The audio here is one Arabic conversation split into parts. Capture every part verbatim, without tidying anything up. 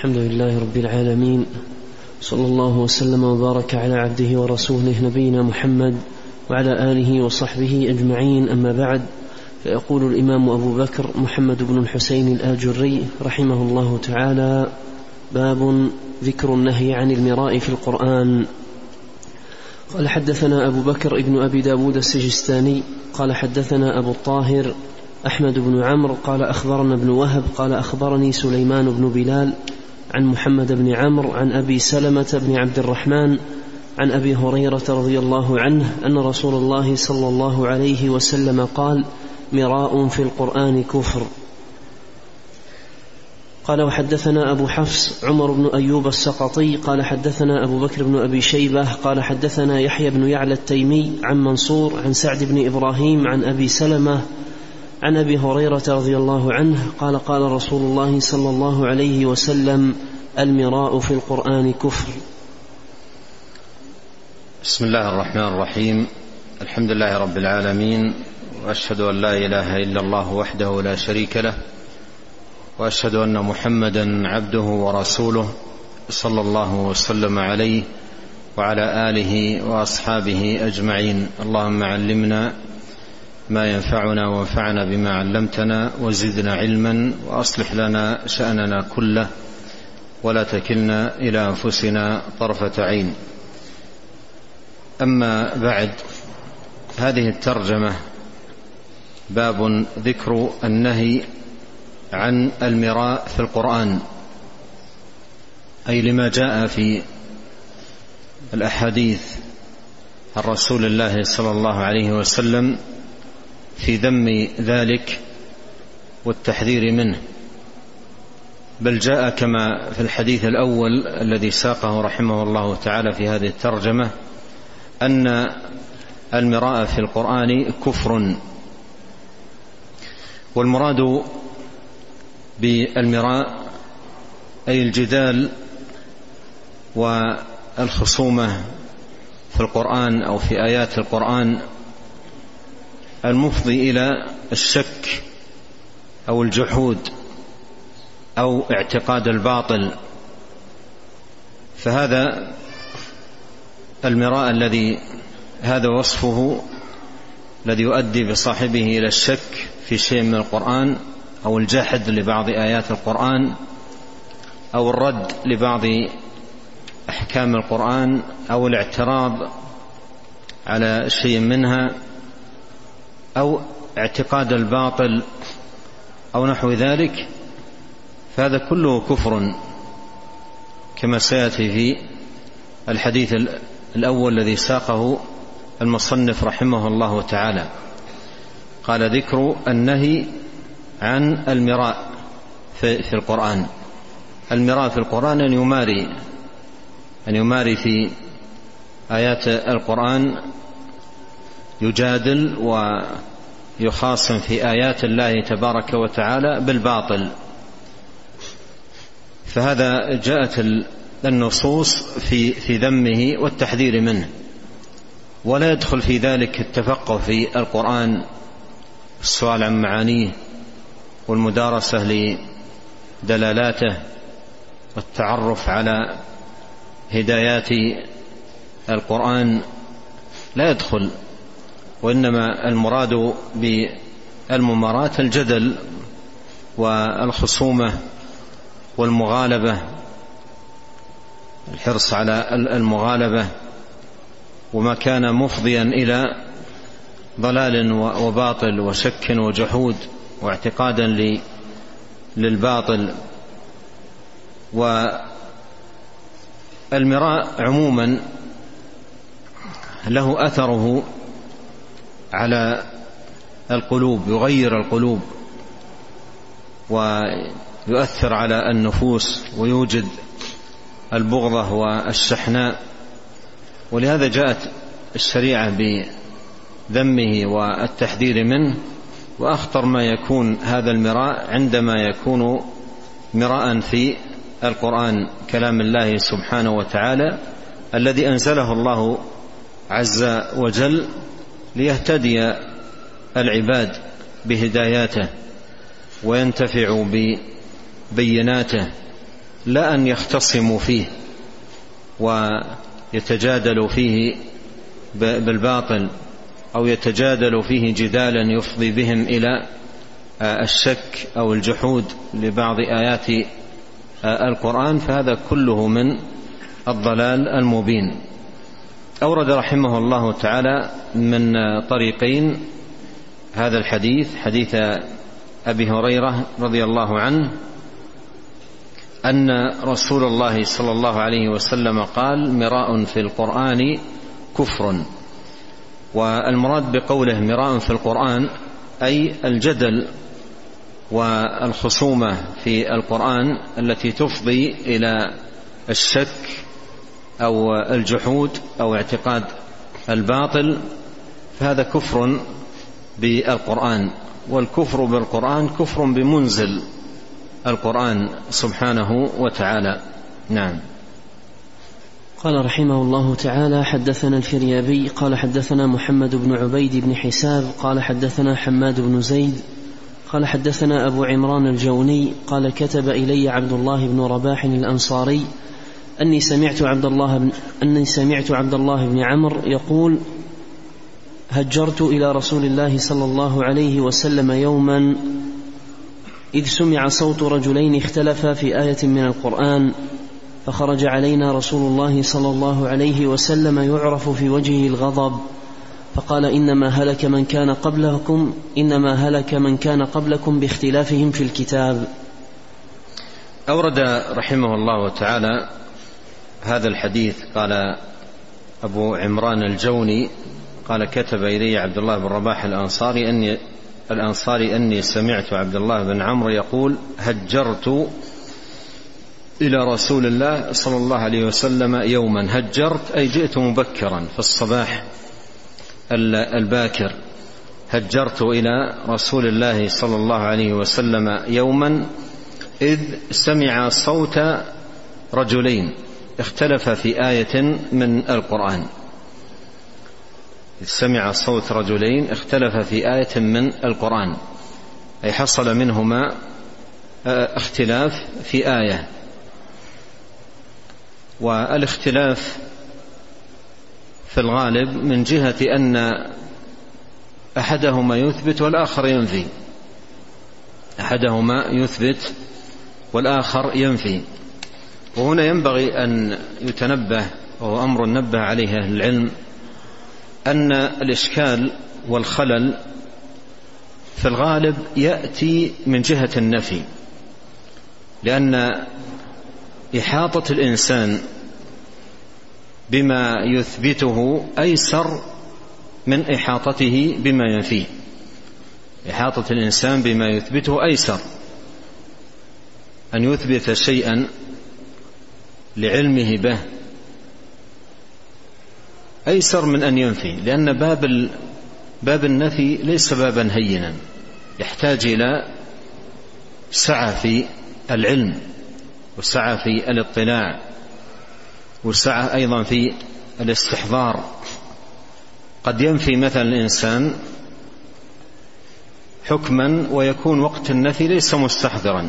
الحمد لله رب العالمين، صلى الله وسلم وبارك على عبده ورسوله نبينا محمد وعلى آله وصحبه أجمعين. أما بعد، فيقول الإمام أبو بكر محمد بن الحسين الآجري رحمه الله تعالى: باب ذكر النهي عن المراء في القرآن. قال: حدثنا أبو بكر ابن أبي داود السجستاني قال: حدثنا أبو الطاهر أحمد بن عمرو قال: أخبرنا ابن وهب قال: أخبرني سليمان بن بلال عن محمد بن عمرو عن أبي سلمة بن عبد الرحمن عن أبي هريرة رضي الله عنه أن رسول الله صلى الله عليه وسلم قال: مراء في القرآن كفر. قال: وحدثنا أبو حفص عمر بن أيوب السقطي قال: حدثنا أبو بكر بن أبي شيبة قال: حدثنا يحيى بن يعلى التيمي عن منصور عن سعد بن إبراهيم عن أبي سلمة عن أبي هريرة رضي الله عنه قال: قال رسول الله صلى الله عليه وسلم: المراء في القرآن كفر. بسم الله الرحمن الرحيم. الحمد لله رب العالمين، وأشهد أن لا إله إلا الله وحده لا شريك له، وأشهد أن محمدا عبده ورسوله صلى الله وسلم عليه وعلى آله وأصحابه أجمعين. اللهم علمنا ما ينفعنا وانفعنا بما علمتنا، وزدنا علما، وأصلح لنا شأننا كله، ولا تكلنا إلى أنفسنا طرفة عين. أما بعد، هذه الترجمة باب ذكر النهي عن المراء في القرآن، أي لما جاء في الأحاديث عن رسول الله صلى الله عليه وسلم في ذم ذلك والتحذير منه. بل جاء كما في الحديث الأول الذي ساقه رحمه الله تعالى في هذه الترجمة أن المراء في القرآن كفر. والمراد بالمراء أي الجدال والخصومة في القرآن أو في آيات القرآن المفضي إلى الشك أو الجحود أو اعتقاد الباطل. فهذا المراء الذي هذا وصفه الذي يؤدي بصاحبه إلى الشك في شيء من القرآن، أو الجحد لبعض آيات القرآن، أو الرد لبعض أحكام القرآن، أو الاعتراض على شيء منها، أو اعتقاد الباطل أو نحو ذلك. فهذا كله كفر كما سيأتي في الحديث الأول الذي ساقه المصنف رحمه الله تعالى. قال: ذكر النهي عن المراء في القرآن. المراء في القرآن أن يماري أن يماري في آيات القرآن، يجادل ويخاصم في آيات الله تبارك وتعالى بالباطل. فهذا جاءت النصوص في في ذمه والتحذير منه، ولا يدخل في ذلك التفقه في القرآن، السؤال عن معانيه والمدارسة لدلالاته والتعرف على هدايات القرآن، لا يدخل. وإنما المراد بالمماراة الجدل والخصومة والمغالبة، الحرص على المغالبة، وما كان مفضيا إلى ضلال وباطل وشك وجحود واعتقادا للباطل. والمراء عموما له أثره على القلوب، يغير القلوب ويؤثر على النفوس ويوجد البغضة والشحناء. ولهذا جاءت الشريعة بذمه والتحذير منه. وأخطر ما يكون هذا المراء عندما يكون مراء في القرآن، كلام الله سبحانه وتعالى الذي أنزله الله عز وجل ليهتدي العباد بهداياته وينتفعوا ببيناته لا أن يختصموا فيه ويتجادلوا فيه بالباطل أو يتجادلوا فيه جدالا يفضي بهم إلى الشك أو الجحود لبعض آيات القرآن، فهذا كله من الضلال المبين. أورد رحمه الله تعالى من طريقين هذا الحديث، حديث أبي هريرة رضي الله عنه أن رسول الله صلى الله عليه وسلم قال: مراء في القرآن كفر. والمراد بقوله مراء في القرآن أي الجدل والخصومة في القرآن التي تفضي إلى الشك أو الجحود أو اعتقاد الباطل، فهذا كفر بالقرآن. والكفر بالقرآن كفر بمنزل القرآن سبحانه وتعالى. نعم. قال رحمه الله تعالى: حدثنا الفريابي قال حدثنا محمد بن عبيد بن حساب قال حدثنا حماد بن زيد قال حدثنا أبو عمران الجوني قال: كتب إلي عبد الله بن رباح الأنصاري أني سمعت عبد الله بن أني سمعت عبد الله بن عمرو يقول: هجرت إلى رسول الله صلى الله عليه وسلم يوما إذ سمع صوت رجلين اختلفا في آية من القرآن، فخرج علينا رسول الله صلى الله عليه وسلم يعرف في وجهه الغضب، فقال: إنما هلك من كان قبلكم إنما هلك من كان قبلكم باختلافهم في الكتاب. أورد رحمه الله تعالى هذا الحديث. قال أبو عمران الجوني قال: كتب إلي عبد الله بن رباح الأنصاري أني الأنصاري أني سمعت عبد الله بن عمرو يقول: هجرت إلى رسول الله صلى الله عليه وسلم يوما. هجرت أي جئت مبكرا في الصباح الباكر. هجرت إلى رسول الله صلى الله عليه وسلم يوما إذ سمع صوت رجلين اختلف في آية من القرآن. إذ سمع صوت رجلين اختلف في آية من القرآن، أي حصل منهما اختلاف في آية. والاختلاف في الغالب من جهة أن أحدهما يثبت والآخر ينفي، أحدهما يثبت والآخر ينفي. وهنا ينبغي أن يتنبه، وهو أمر نبه عليه أهل العلم، أن الإشكال والخلل في الغالب يأتي من جهة النفي، لأن إحاطة الإنسان بما يثبته أيسر من إحاطته بما ينفيه. إحاطة الإنسان بما يثبته أيسر، أن يثبت شيئا لعلمه به أيسر من أن ينفي، لأن باب باب النفي ليس بابا هينا، يحتاج إلى سعة في العلم وسعة في الاطلاع وسعة أيضا في الاستحضار. قد ينفي مثلا الإنسان حكما ويكون وقت النفي ليس مستحضرا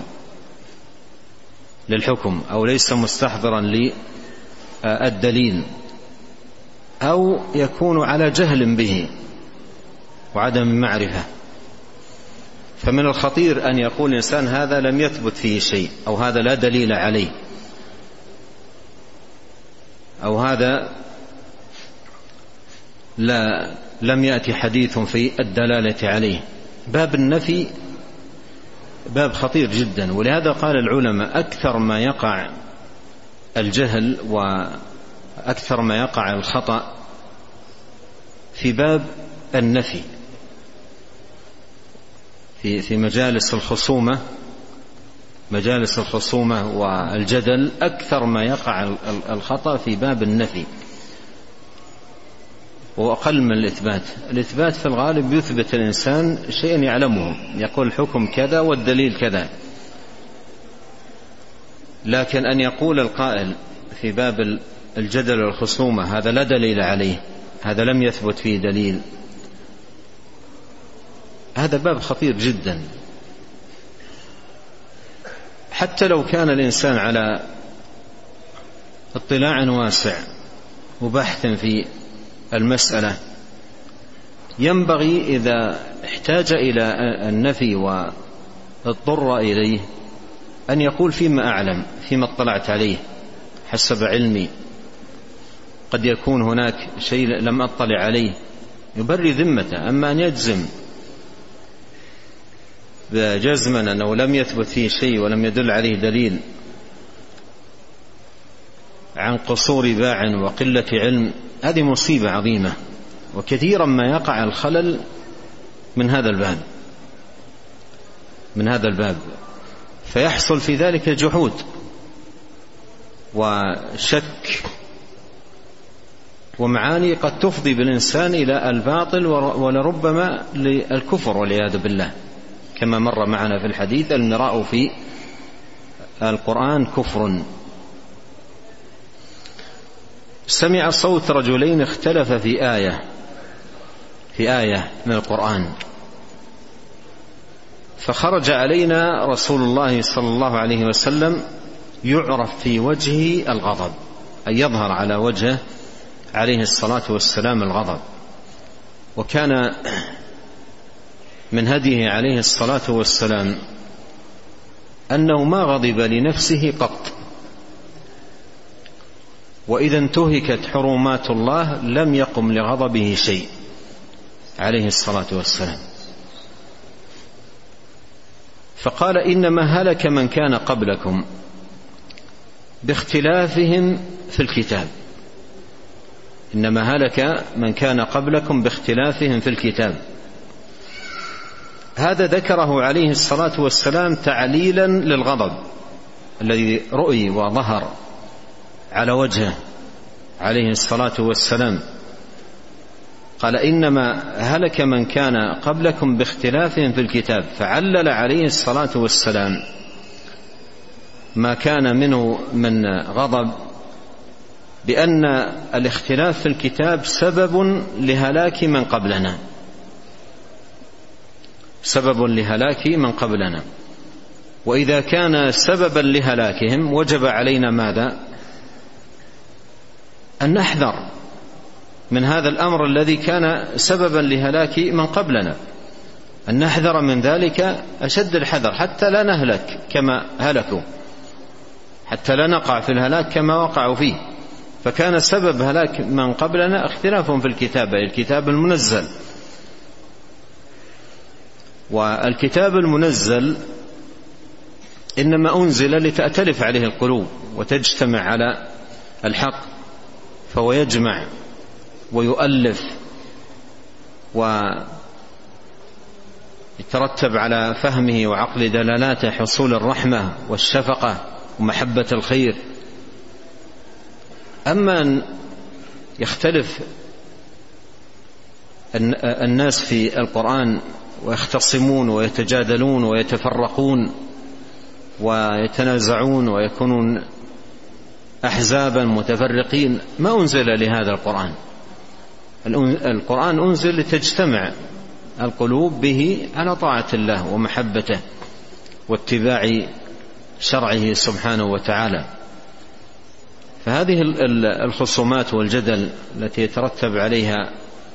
للحكم أو ليس مستحضرا للدليل، أو يكون على جهل به وعدم معرفة. فمن الخطير أن يقول الإنسان هذا لم يثبت فيه شيء، أو هذا لا دليل عليه، أو هذا لا لم يأتي حديث في الدلالة عليه. باب النفي باب خطير جدا، ولهذا قال العلماء أكثر ما يقع الجهل وأكثر ما يقع الخطأ في باب النفي، في في مجالس الخصومة مجالس الخصومة والجدل أكثر ما يقع الخطأ في باب النفي، وأقل من الإثبات. الإثبات في الغالب يثبت الإنسان شيئا يعلمه، يقول الحكم كذا والدليل كذا، لكن أن يقول القائل في باب الجدل والخصومة هذا لا دليل عليه، هذا لم يثبت فيه دليل، هذا باب خطير جدا. حتى لو كان الإنسان على اطلاع واسع وبحث في المسألة، ينبغي إذا احتاج إلى النفي واضطر إليه أن يقول فيما أعلم، فيما اطلعت عليه حسب علمي، قد يكون هناك شيء لم أطلع عليه، يبري ذمته. أما أن يجزم جزما أنه لم يثبت فيه شيء ولم يدل عليه دليل عن قصور باع وقلة علم، هذه مصيبة عظيمة، وكثيرا ما يقع الخلل من هذا الباب من هذا الباب فيحصل في ذلك جحود وشك ومعاني قد تفضي بالإنسان إلى الباطل ولربما للكفر والعياذ بالله، كما مر معنا في الحديث: المراء في القرآن كفر. سمع صوت رجلين اختلف في آية في آية من القرآن، فخرج علينا رسول الله صلى الله عليه وسلم يعرف في وجهه الغضب، أي يظهر على وجهه عليه الصلاة والسلام الغضب. وكان من هديه عليه الصلاة والسلام أنه ما غضب لنفسه قط، وإذا انتهكت حرمات الله لم يقم لغضبه شيء عليه الصلاة والسلام. فقال: إنما هلك من كان قبلكم باختلافهم في الكتاب إنما هلك من كان قبلكم باختلافهم في الكتاب. هذا ذكره عليه الصلاة والسلام تعليلا للغضب الذي رؤي وظهر على وجهه عليه الصلاة والسلام. قال: إنما هلك من كان قبلكم باختلافهم في الكتاب، فعلل عليه الصلاة والسلام ما كان منه من غضب بأن الاختلاف في الكتاب سبب لهلاك من قبلنا سبب لهلاك من قبلنا وإذا كان سببا لهلاكهم وجب علينا ماذا؟ أن نحذر من هذا الأمر الذي كان سببا لهلاك من قبلنا، أن نحذر من ذلك أشد الحذر حتى لا نهلك كما هلكوا، حتى لا نقع في الهلاك كما وقعوا فيه. فكان سبب هلاك من قبلنا اختلافهم في الكتاب، الكتاب المنزل. والكتاب المنزل إنما أنزل لتأتلف عليه القلوب وتجتمع على الحق، فهو يجمع ويؤلف ويترتب على فهمه وعقل دلالاته حصول الرحمة والشفقة ومحبة الخير. أما أن يختلف الناس في القرآن ويختصمون ويتجادلون ويتفرقون ويتنازعون ويكونون أحزابا متفرقين، ما أنزل لهذا القرآن. القرآن أنزل لتجتمع القلوب به على طاعة الله ومحبته واتباع شرعه سبحانه وتعالى. فهذه الخصومات والجدل التي يترتب عليها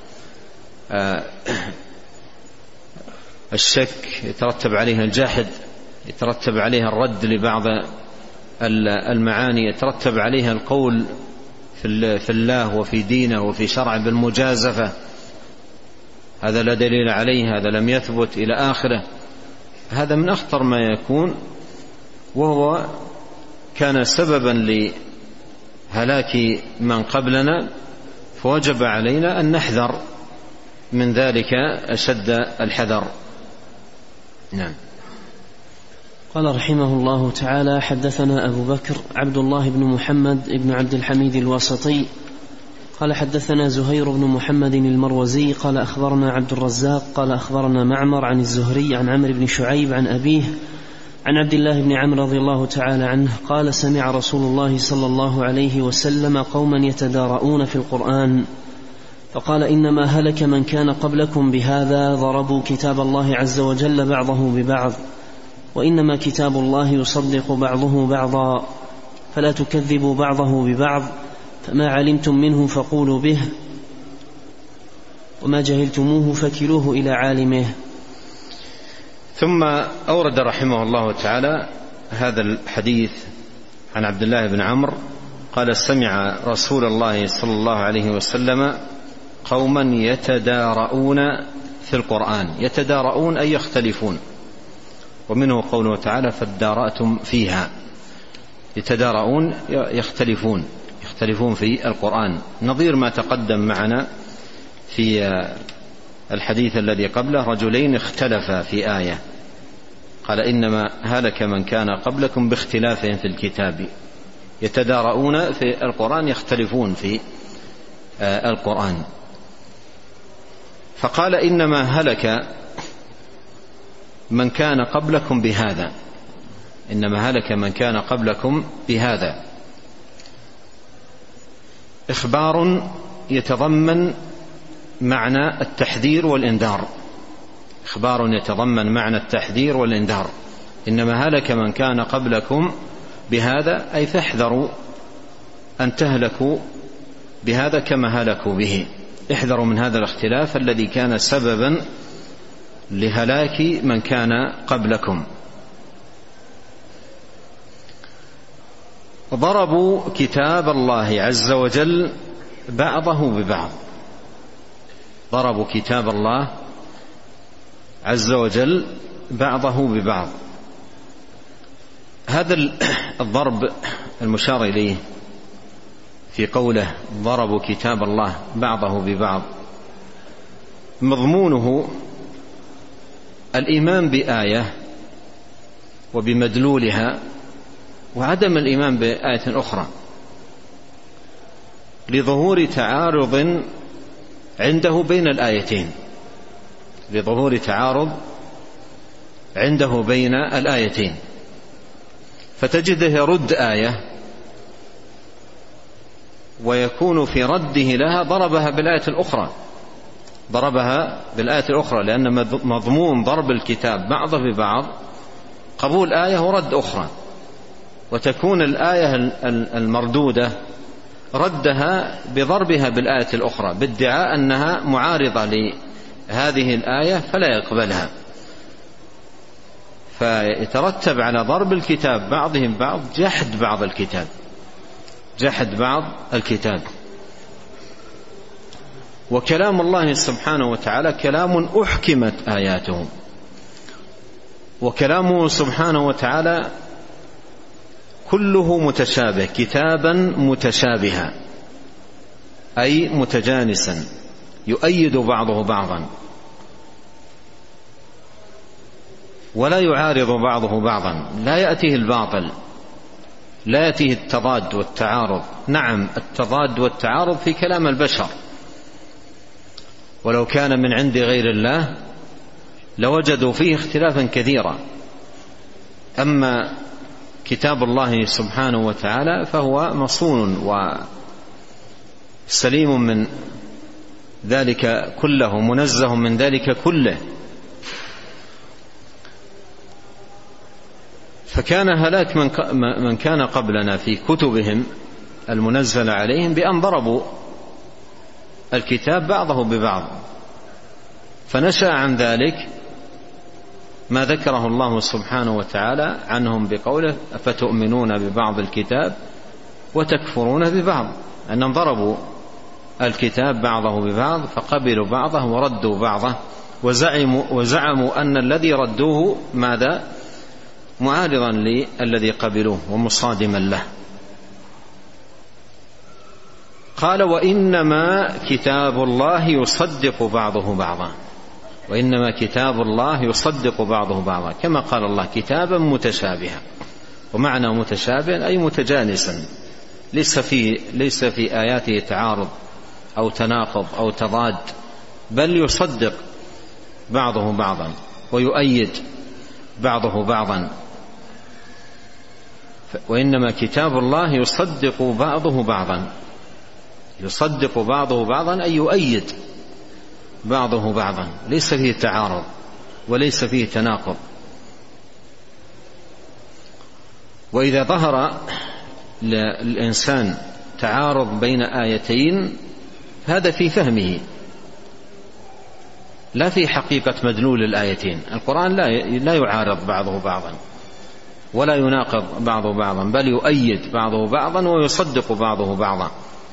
الشك، يترتب عليها الجاحد، يترتب عليها الرد لبعض المعاني، يترتب عليها القول في الله وفي دينه وفي شرعه بالمجازفة، هذا لا دليل عليه، هذا لم يثبت إلى آخره. هذا من أخطر ما يكون، وهو كان سببا لهلاك من قبلنا، فوجب علينا أن نحذر من ذلك أشد الحذر. نعم. قال رحمه الله تعالى: حدثنا أبو بكر عبد الله بن محمد بن عبد الحميد الواسطي قال حدثنا زهير بن محمد المروزي قال أخبرنا عبد الرزاق قال أخبرنا معمر عن الزهري عن عمرو بن شعيب عن أبيه عن عبد الله بن عمرو رضي الله تعالى عنه قال: سمع رسول الله صلى الله عليه وسلم قوما يتدارؤون في القرآن فقال: إنما هلك من كان قبلكم بهذا، ضربوا كتاب الله عز وجل بعضه ببعض، وإنما كتاب الله يصدق بعضه بعضا فلا تكذبوا بعضه ببعض فما علمتم منه فقولوا به وما جهلتموه فكلوه إلى عالمه. ثم أورد رحمه الله تعالى هذا الحديث عن عبد الله بن عمرو قال سمع رسول الله صلى الله عليه وسلم قوما يتدارؤون في القرآن. يتدارؤون أي يختلفون، ومنه قوله تعالى فادارأتم فيها. يتدارؤون يختلفون يختلفون في القرآن، نظير ما تقدم معنا في الحديث الذي قبله، رجلين اختلفا في آية قال إنما هلك من كان قبلكم باختلافهم في الكتاب. يتدارؤون في القرآن يختلفون في القرآن. فقال إنما هلك من كان قبلكم بهذا، إنما هلك من كان قبلكم بهذا. إخبار يتضمن معنى التحذير والإنذار، إخبار يتضمن معنى التحذير والإنذار. إنما هلك من كان قبلكم بهذا أي فاحذروا أن تهلكوا بهذا كما هلكوا به. احذروا من هذا الاختلاف الذي كان سببا لهلاك من كان قبلكم. ضربوا كتاب الله عز وجل بعضه ببعض، ضربوا كتاب الله عز وجل بعضه ببعض. هذا الضرب المشار إليه في قوله ضربوا كتاب الله بعضه ببعض مضمونه الإيمان بآية وبمدلولها وعدم الإيمان بآية أخرى، لظهور تعارض عنده بين الآيتين، لظهور تعارض عنده بين الآيتين، فتجده يرد آية ويكون في رده لها ضربها بالآية الأخرى، ضربها بالآية الأخرى، لأن مضمون ضرب الكتاب بعضه ببعض قبول آية ورد أخرى، وتكون الآية المردودة ردها بضربها بالآية الأخرى بادعاء أنها معارضة لهذه الآية فلا يقبلها، فيترتب على ضرب الكتاب بعضهم بعض جحد بعض الكتاب، جحد بعض الكتاب. وكلام الله سبحانه وتعالى كلام أحكمت آياته، وكلامه سبحانه وتعالى كله متشابه، كتابا متشابها أي متجانسا يؤيد بعضه بعضا ولا يعارض بعضه بعضا، لا يأتيه الباطل، لا يأتيه التضاد والتعارض. نعم التضاد والتعارض في كلام البشر، ولو كان من عند غير الله لوجدوا فيه اختلافا كثيرا، أما كتاب الله سبحانه وتعالى فهو مصون وسليم من ذلك كله، منزه من ذلك كله. فكان هلاك من كان قبلنا في كتبهم المنزل عليهم بأن ضربوا الكتاب بعضه ببعض، فنشأ عن ذلك ما ذكره الله سبحانه وتعالى عنهم بقوله أفتؤمنون ببعض الكتاب وتكفرون ببعض، أنهم ضربوا الكتاب بعضه ببعض فقبلوا بعضه وردوا بعضه، وزعموا, وزعموا أن الذي ردوه ماذا؟ معارضا للذي قبلوه ومصادما له. قال وإنما كتاب الله يصدق بعضه بعضا، وإنما كتاب الله يصدق بعضه بعضا، كما قال الله كتابا متشابها، ومعنى متشابها أي متجانسا، ليس في, ليس في آياته تعارض أو تناقض أو تضاد، بل يصدق بعضه بعضا ويؤيد بعضه بعضا. وإنما كتاب الله يصدق بعضه بعضا، يصدق بعضه بعضا أي يؤيد بعضه بعضا، ليس فيه تعارض وليس فيه تناقض. وإذا ظهر للإنسان تعارض بين آيتين هذا في فهمه لا في حقيقة مدلول الآيتين. القرآن لا يعارض بعضه بعضا ولا يناقض بعضه بعضا، بل يؤيد بعضه بعضا ويصدق بعضه بعضا.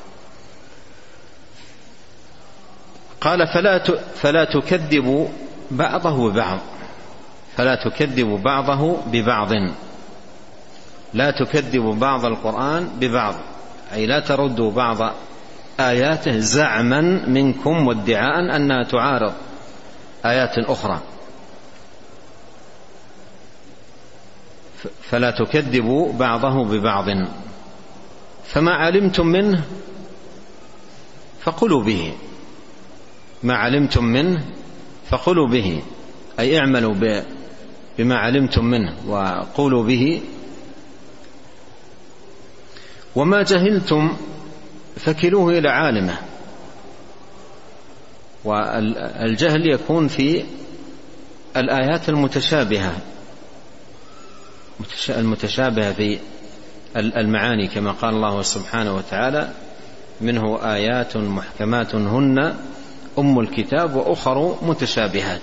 قال فلا فلا تكذبوا بعضه ببعض، فلا تكذبوا بعضه ببعض، لا تكذبوا بعض القرآن ببعض، أي لا تردوا بعض آياته زعما منكم وادعاء أنها تعارض آيات أخرى. فلا تكذبوا بعضه ببعض، فما علمتم منه فقلوا به، ما علمتم منه فقلوا به، أي اعملوا بما علمتم منه وقولوا به. وما جهلتم فكلوه إلى عالمه. والجهل يكون في الآيات المتشابهة المتشابهة في المعاني، كما قال الله سبحانه وتعالى: منه آيات محكمات هن أم الكتاب وأخر متشابهات.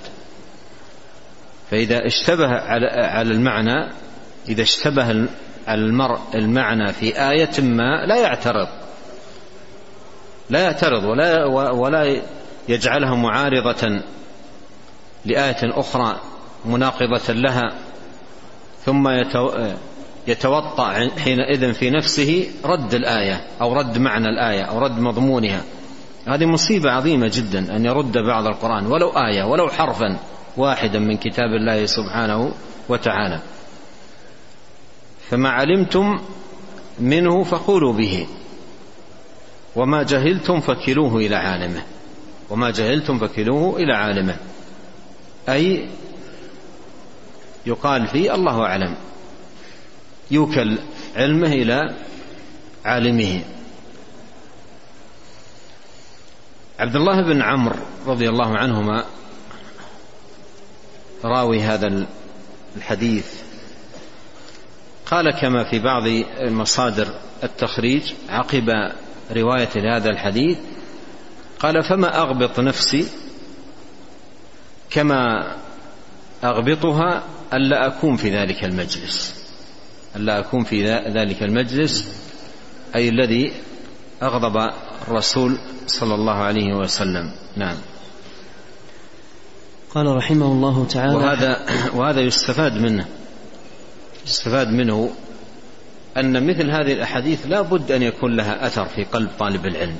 فإذا اشتبه على المعنى، إذا اشتبه على المرء المعنى في آية ما لا يعترض لا يعترض ولا, ولا يجعلها معارضة لآية أخرى مناقضة لها، ثم يتوطأ حينئذ في نفسه رد الآية أو رد معنى الآية أو رد مضمونها. هذه مصيبة عظيمة جدا أن يرد بعض القرآن ولو آية ولو حرفا واحدا من كتاب الله سبحانه وتعالى. فما علمتم منه فقولوا به، وما جهلتم فكلوه إلى عالمه، وما جهلتم فكلوه إلى عالمه، أي يقال فيه الله أعلم، يوكل علمه إلى عالمه. عبد الله بن عمرو رضي الله عنهما راوي هذا الحديث قال كما في بعض مصادر التخريج عقب رواية هذا الحديث، قال: فما أغبط نفسي كما أغبطها ألا أكون في ذلك المجلس، ألا أكون في ذلك المجلس، أي الذي أغضب الرسول صلى الله عليه وسلم. نعم. قال رحمه الله تعالى: وهذا, وهذا يستفاد منه يستفاد منه أن مثل هذه الأحاديث لا بد أن يكون لها أثر في قلب طالب العلم،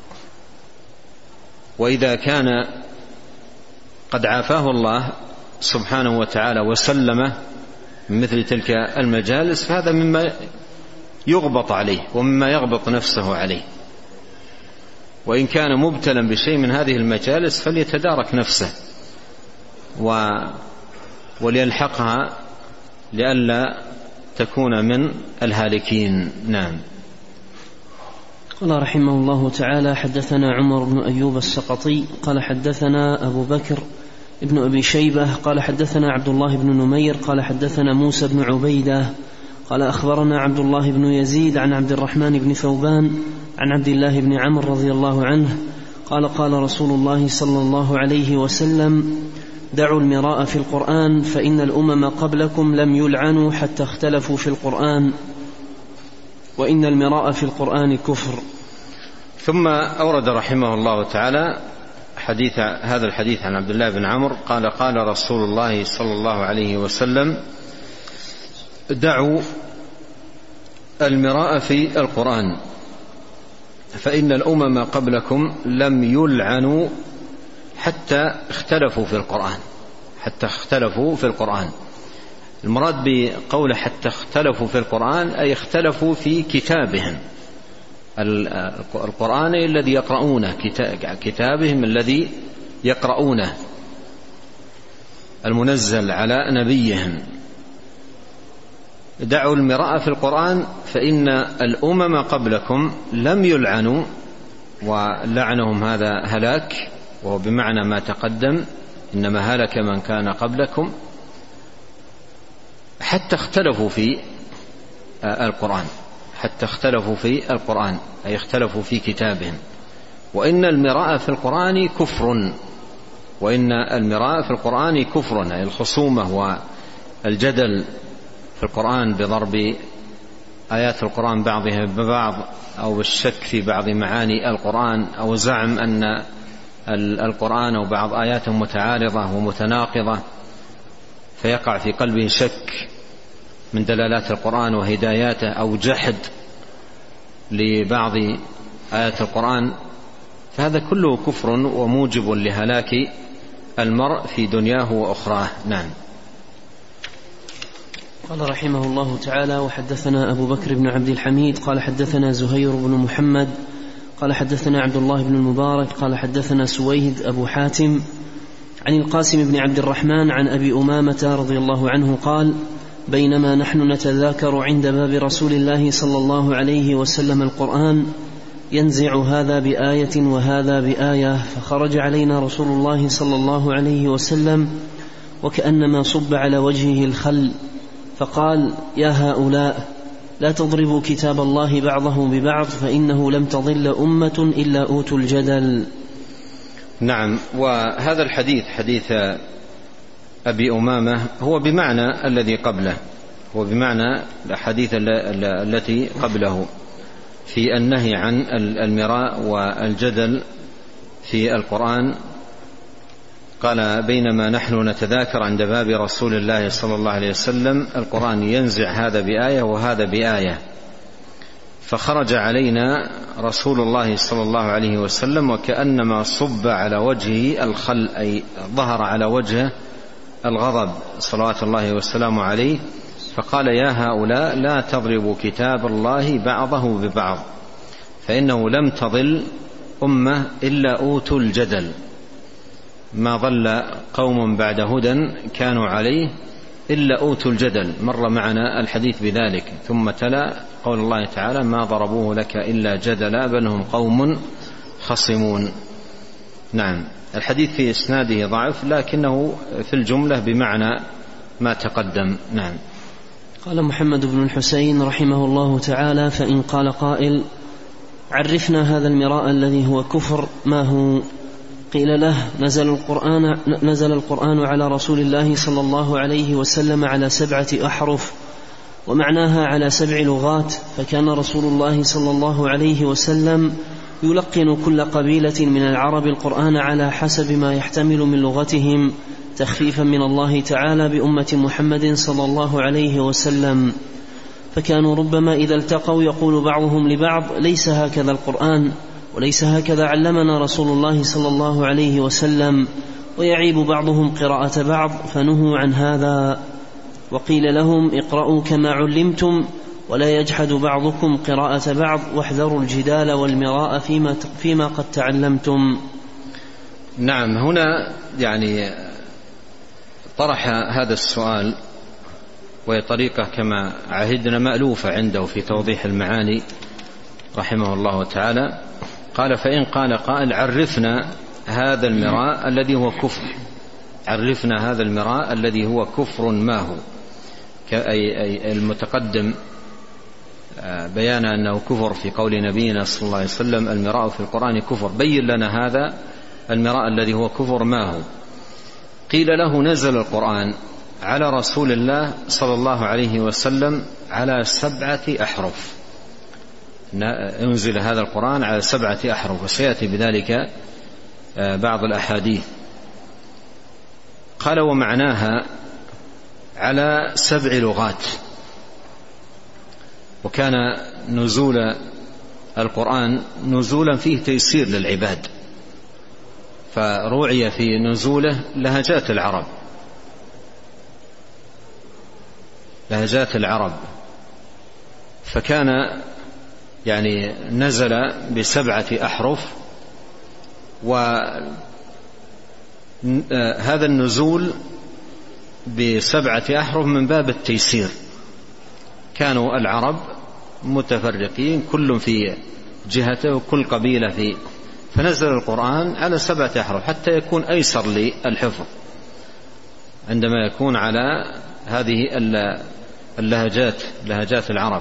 وإذا كان قد عافاه الله سبحانه وتعالى وسلمه من مثل تلك المجالس، فهذا مما يغبط عليه ومما يغبط نفسه عليه. وإن كان مبتلا بشيء من هذه المجالس فليتدارك نفسه و... وليلحقها لئلا تكون من الهالكين. نعم. قال رحمه الله تعالى: حدثنا عمر بن أيوب السقطي قال حدثنا أبو بكر ابن أبي شيبة قال حدثنا عبد الله بن نمير قال حدثنا موسى بن عبيدة قال أخبرنا عبد الله بن يزيد عن عبد الرحمن بن ثوبان عن عبد الله بن عمرو رضي الله عنه قال: قال رسول الله صلى الله عليه وسلم: دعوا المراء في القرآن فإن الأمم قبلكم لم يلعنوا حتى اختلفوا في القرآن، وإن المراء في القرآن كفر. ثم أورد رحمه الله تعالى حديث هذا الحديث عن عبد الله بن عمرو قال: قال رسول الله صلى الله عليه وسلم: دعوا المراء في القرآن فإن الأمم قبلكم لم يلعنوا حتى اختلفوا في القرآن حتى اختلفوا في القرآن. المراد بقول حتى اختلفوا في القرآن أي اختلفوا في كتابهم، القرآن الذي يقرؤونه، كتابهم الذي يقرؤونه المنزل على نبيهم. دعوا المراء في القرآن فإن الأمم قبلكم لم يلعنوا، ولعنهم هذا هلاك، وهو بمعنى ما تقدم، إنما هلك من كان قبلكم، حتى اختلفوا في القرآن، حتى اختلفوا في القرآن أي اختلفوا في كتابهم. وإن المراء في القرآن كفر، وإن المراء في القرآن كفر أي الخصومة والجدل في القرآن بضرب آيات القرآن بعضها ببعض، أو بالشك في بعض معاني القرآن، أو زعم أن القرآن أو بعض آياته متعارضة ومتناقضة فيقع في قلبه شك من دلالات القرآن وهداياته، أو جحد لبعض آيات القرآن، فهذا كله كفر وموجب لهلاك المرء في دنياه وأخراه. نعم. قال رحمه الله تعالى: وحدثنا أبو بكر بن عبد الحميد قال حدثنا زهير بن محمد قال حدثنا عبد الله بن المبارك قال حدثنا سويد أبو حاتم عن القاسم بن عبد الرحمن عن أبي أمامة رضي الله عنه قال: بينما نحن نتذاكر عند باب رسول الله صلى الله عليه وسلم القرآن ينزع هذا بآية وهذا بآية، فخرج علينا رسول الله صلى الله عليه وسلم وكأنما صب على وجهه الخل، فقال: يا هؤلاء لا تضربوا كتاب الله بعضه ببعض، فإنه لم تضل أمة إلا أوتوا الجدل. نعم. وهذا الحديث حديث أبي أمامة هو بمعنى الذي قبله، هو بمعنى الحديث التي قبله في النهي عن المراء والجدل في القرآن. قال: بينما نحن نتذاكر عند باب رسول الله صلى الله عليه وسلم القرآن ينزع هذا بآية وهذا بآية، فخرج علينا رسول الله صلى الله عليه وسلم وكأنما صب على وجهه الخل، أي ظهر على وجهه الغضب صلوات الله وسلامه عليه، فقال: يا هؤلاء لا تضربوا كتاب الله بعضه ببعض، فإنه لم تضل أمة إلا أوتوا الجدل. ما ضل قوم بعد هدى كانوا عليه إلا أوتوا الجدل. مر معنا الحديث بذلك. ثم تلا قول الله تعالى: ما ضربوه لك إلا جدلا بل هم قوم خصمون. نعم. الحديث في إسناده ضعف، لكنه في الجملة بمعنى ما تقدم. نعم. قال محمد بن الحسين رحمه الله تعالى: فإن قال قائل: عرفنا هذا المراء الذي هو كفر ما هو؟ قيل له: نزل القرآن, نزل القرآن على رسول الله صلى الله عليه وسلم على سبعة أحرف، ومعناها على سبع لغات، فكان رسول الله صلى الله عليه وسلم يلقن كل قبيلة من العرب القرآن على حسب ما يحتمل من لغتهم، تخفيفا من الله تعالى بأمة محمد صلى الله عليه وسلم. فكانوا ربما إذا التقوا يقول بعضهم لبعض: ليس هكذا القرآن، وليس هكذا علمنا رسول الله صلى الله عليه وسلم، ويعيب بعضهم قراءة بعض، فنهوا عن هذا. وقيل لهم: اقرأوا كما علمتم، ولا يجحد بعضكم قراءة بعض، واحذروا الجدال والمراء فيما, فيما قد تعلمتم. نعم. هنا يعني طرح هذا السؤال، وهي طريقة كما عهدنا مألوفة عنده في توضيح المعاني رحمه الله تعالى. قال: فإن قال قائل: عرفنا هذا المراء الذي هو كفر، عرفنا هذا المراء الذي هو كفر ما هو؟ أي المتقدم بيان أنه كفر في قول نبينا صلى الله عليه وسلم: المراء في القرآن كفر، بين لنا هذا المراء الذي هو كفر ما هو؟ قيل له: نزل القرآن على رسول الله صلى الله عليه وسلم على سبعة أحرف، انزل هذا القرآن على سبعة أحرف، وسيأتي بذلك بعض الأحاديث. قال: ومعناها على سبع لغات. وكان نزول القرآن نزولا فيه تيسير للعباد، فروعي في نزوله لهجات العرب، لهجات العرب، فكان يعني نزل بسبعة أحرف. وهذا النزول بسبعة أحرف من باب التيسير. كانوا العرب متفرقين كل في جهته وكل قبيلة في، فنزل القرآن على سبعة أحرف حتى يكون أيسر للحفظ عندما يكون على هذه اللهجات لهجات العرب.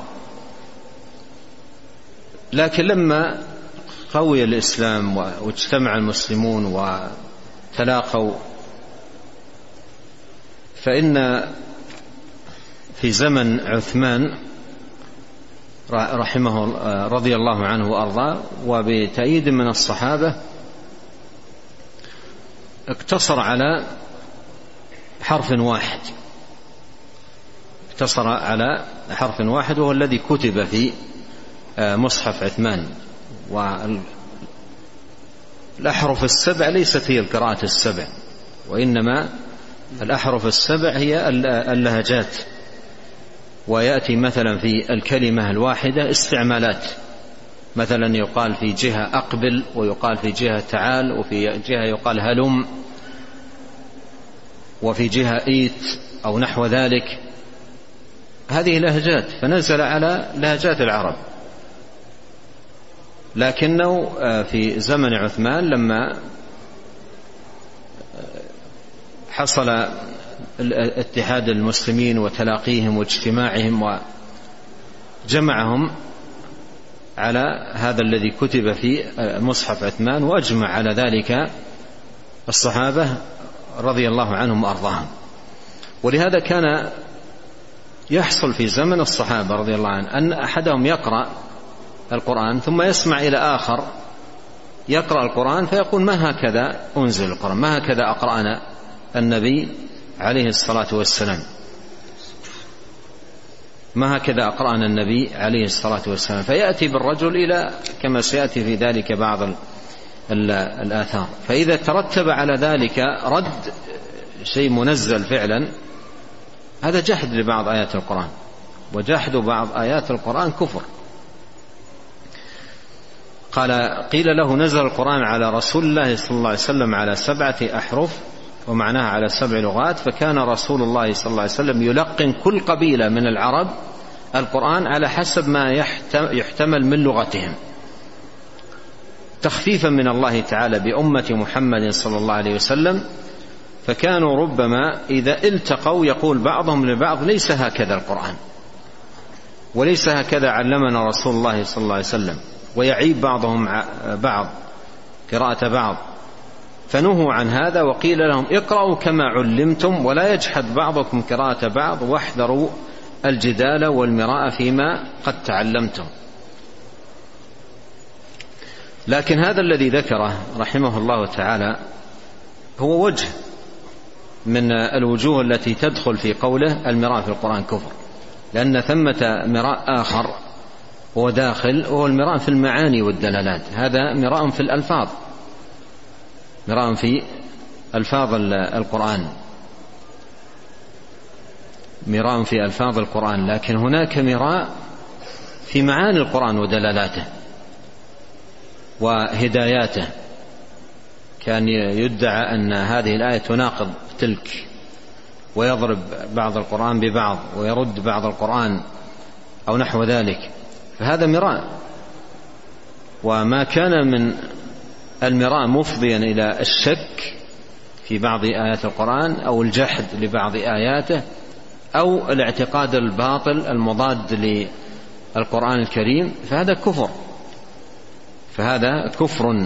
لكن لما قوي الإسلام واجتمع المسلمون وتلاقوا، فإن في زمن عثمان رحمه رضي الله عنه وأرضاه وبتأييد من الصحابة اقتصر على حرف واحد اقتصر على حرف واحد وهو الذي كتب في مصحف عثمان. والأحرف السبع ليست هي القراءات السبع، وإنما الأحرف السبع هي اللهجات. ويأتي مثلا في الكلمة الواحدة استعمالات، مثلا يقال في جهة أقبل، ويقال في جهة تعال، وفي جهة يقال هلم، وفي جهة إيت أو نحو ذلك. هذه لهجات، فنزل على لهجات العرب. لكنه في زمن عثمان لما حصل اتحاد المسلمين وتلاقيهم واجتماعهم وجمعهم على هذا الذي كتب في مصحف عثمان، وأجمع على ذلك الصحابة رضي الله عنهم وأرضاهم. ولهذا كان يحصل في زمن الصحابة رضي الله عنهم أن أحدهم يقرأ القرآن ثم يسمع إلى آخر يقرأ القرآن فيقول: ما هكذا أنزل القرآن، ما هكذا أقرأنا النبي عليه الصلاة والسلام، ما هكذا أقرأنا النبي عليه الصلاة والسلام. فيأتي بالرجل إلى كما سيأتي في ذلك بعض الآثار. فإذا ترتب على ذلك رد شيء منزل فعلا، هذا جحد لبعض آيات القرآن، وجحد بعض آيات القرآن كفر. قال: قيل له: نزل القرآن على رسول الله صلى الله عليه وسلم على سبعة أحرف ومعناها على سبع لغات، فكان رسول الله صلى الله عليه وسلم يلقن كل قبيلة من العرب القرآن على حسب ما يحتمل من لغتهم، تخفيفا من الله تعالى بأمة محمد صلى الله عليه وسلم. فكانوا ربما إذا التقوا يقول بعضهم لبعض: ليس هكذا القرآن، وليس هكذا علمنا رسول الله صلى الله عليه وسلم، ويعيب بعضهم بعض قراءة بعض. فنهوا عن هذا وقيل لهم: اقرأوا كما علمتم، ولا يجحد بعضكم قراءة بعض، واحذروا الجدال والمراء فيما قد تعلمتم. لكن هذا الذي ذكره رحمه الله تعالى هو وجه من الوجوه التي تدخل في قوله: المراء في القرآن كفر، لأن ثمة مراء آخر هو داخل، وهو المراء في المعاني والدلالات. هذا مراء في الألفاظ، مراء في ألفاظ القرآن، مراء في ألفاظ القرآن. لكن هناك مراء في معاني القرآن ودلالاته وهداياته. كان يدعى أن هذه الآية تناقض تلك، ويضرب بعض القرآن ببعض، ويرد بعض القرآن أو نحو ذلك، فهذا مراء. وما كان من المراء مفضيا إلى الشك في بعض آيات القرآن أو الجحد لبعض آياته أو الاعتقاد الباطل المضاد للقرآن الكريم، فهذا كفر، فهذا كفر.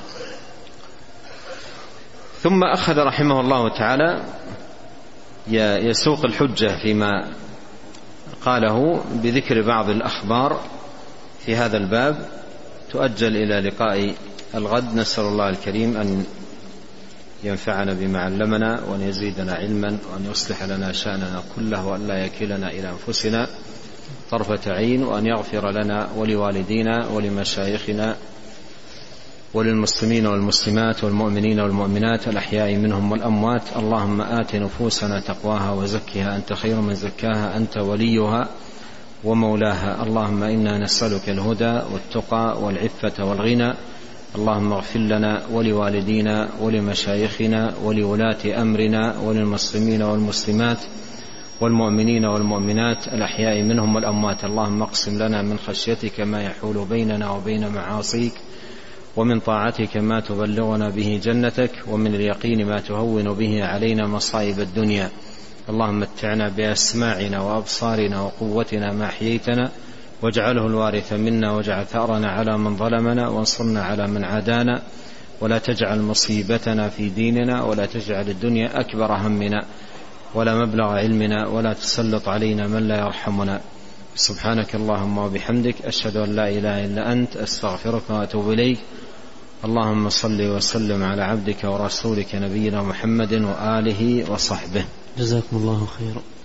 ثم أخذ رحمه الله تعالى يسوق الحجة فيما قاله بذكر بعض الأخبار في هذا الباب، تؤجل إلى لقاء الغد. نسأل الله الكريم أن ينفعنا بما علمنا، وأن يزيدنا علما، وأن يصلح لنا شأننا كله، وأن لا يكلنا إلى أنفسنا طرفة عين، وأن يغفر لنا ولوالدينا ولمشايخنا وللمسلمين والمسلمات والمؤمنين والمؤمنات الأحياء منهم والأموات. اللهم آت نفوسنا تقواها وزكها أنت خير من زكاها، أنت وليها ومولاها. اللهم إنا نسألك الهدى والتقى والعفة والغنى. اللهم اغفر لنا ولوالدينا ولمشايخنا ولولاة أمرنا وللمسلمين والمسلمات والمؤمنين والمؤمنات الأحياء منهم والأموات. اللهم اقسم لنا من خشيتك ما يحول بيننا وبين معاصيك، ومن طاعتك ما تبلغنا به جنتك، ومن اليقين ما تهون به علينا مصائب الدنيا. اللهم متعنا بأسماعنا وأبصارنا وقوتنا ما أحييتنا، واجعله الوارث منا، واجعل ثأرنا على من ظلمنا، وانصرنا على من عادانا، ولا تجعل مصيبتنا في ديننا، ولا تجعل الدنيا أكبر همنا ولا مبلغ علمنا، ولا تسلط علينا من لا يرحمنا. سبحانك اللهم وبحمدك، أشهد أن لا إله إلا أنت، أستغفرك وأتوب إليك. اللهم صل وسلم على عبدك ورسولك نبينا محمد وآله وصحبه. جزاكم الله خيرا.